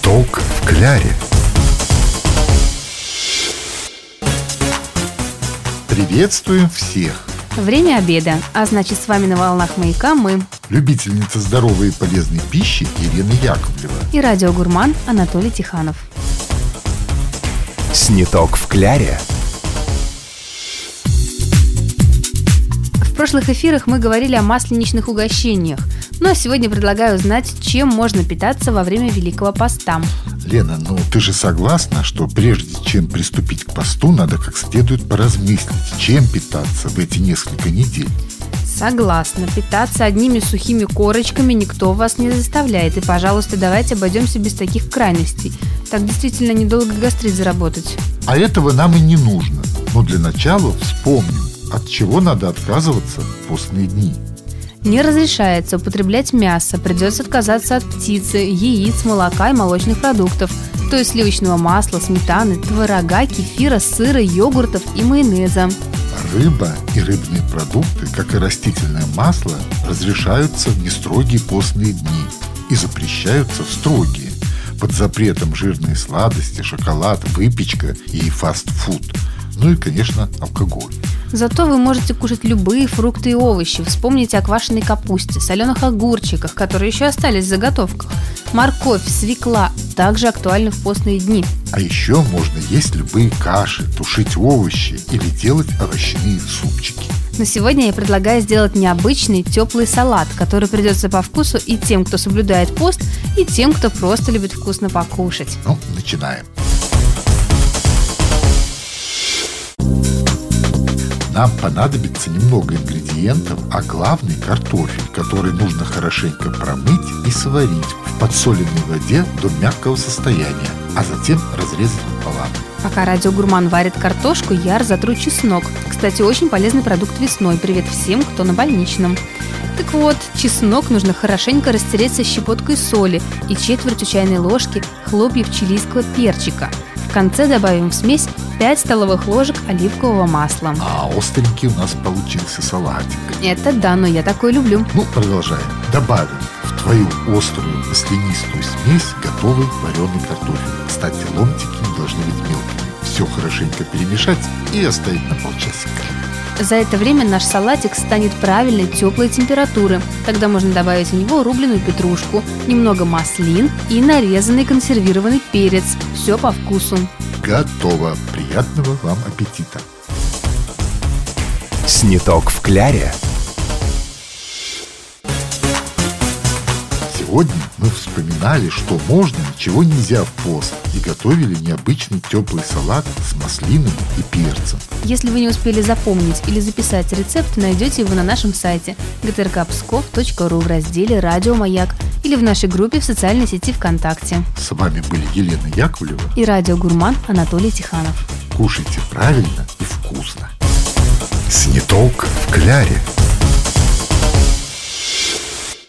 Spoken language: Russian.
Сниток в кляре. Приветствуем всех! Время обеда, а значит, с вами на волнах Маяка мы, любительница здоровой и полезной пищи Ирина Яковлева и радиогурман Анатолий Тиханов. Сниток в кляре. В прошлых эфирах мы говорили о масленичных угощениях, ну а сегодня предлагаю узнать, чем можно питаться во время Великого Поста. Лена, ты же согласна, что прежде чем приступить к посту, надо как следует поразмыслить, чем питаться в эти несколько недель? Согласна. Питаться одними сухими корочками никто вас не заставляет. И, пожалуйста, давайте обойдемся без таких крайностей. Так действительно недолго гастрит заработать. А этого нам и не нужно. Но для начала вспомним, от чего надо отказываться в постные дни. Не разрешается употреблять мясо, придется отказаться от птицы, яиц, молока и молочных продуктов, то есть сливочного масла, сметаны, творога, кефира, сыра, йогуртов и майонеза. Рыба и рыбные продукты, как и растительное масло, разрешаются в нестрогие постные дни и запрещаются в строгие. Под запретом жирные сладости, шоколад, выпечка и фастфуд. Ну и, конечно, алкоголь. Зато вы можете кушать любые фрукты и овощи. Вспомните о квашеной капусте, соленых огурчиках, которые еще остались в заготовках. Морковь, свекла также актуальны в постные дни. А еще можно есть любые каши, тушить овощи или делать овощные супчики. Но сегодня я предлагаю сделать необычный теплый салат, который придется по вкусу и тем, кто соблюдает пост, и тем, кто просто любит вкусно покушать. Начинаем. Нам понадобится немного ингредиентов, а главный картофель, который нужно хорошенько промыть и сварить в подсоленной воде до мягкого состояния, а затем разрезать пополам. Пока радиогурман варит картошку, я разотру чеснок. Кстати, очень полезный продукт весной. Привет всем, кто на больничном. Так вот, чеснок нужно хорошенько растереть со щепоткой соли и четвертью чайной ложки хлопьев чилийского перчика. В конце добавим в смесь 5 столовых ложек оливкового масла. А остренький у нас получился салатик. Это да, но я такой люблю. Продолжаем. Добавим в твою острую маслянистую смесь готовый вареный картофель. Кстати, ломтики не должны быть мелкими. Все хорошенько перемешать и оставить на полчасика. За это время наш салатик станет правильной теплой температуры. Тогда можно добавить в него рубленую петрушку, немного маслин и нарезанный консервированный перец. Все по вкусу. Готово. Приятного вам аппетита. Сниток в кляре. Сегодня мы вспоминали, что можно, чего нельзя в пост, и готовили необычный теплый салат с маслинами и перцем. Если вы не успели запомнить или записать рецепт, найдете его на нашем сайте gtrkpskov.ru в разделе «Радио Маяк» или в нашей группе в социальной сети ВКонтакте. С вами были Елена Яковлева и радиогурман Анатолий Тиханов. Кушайте правильно и вкусно. Сниток в кляре.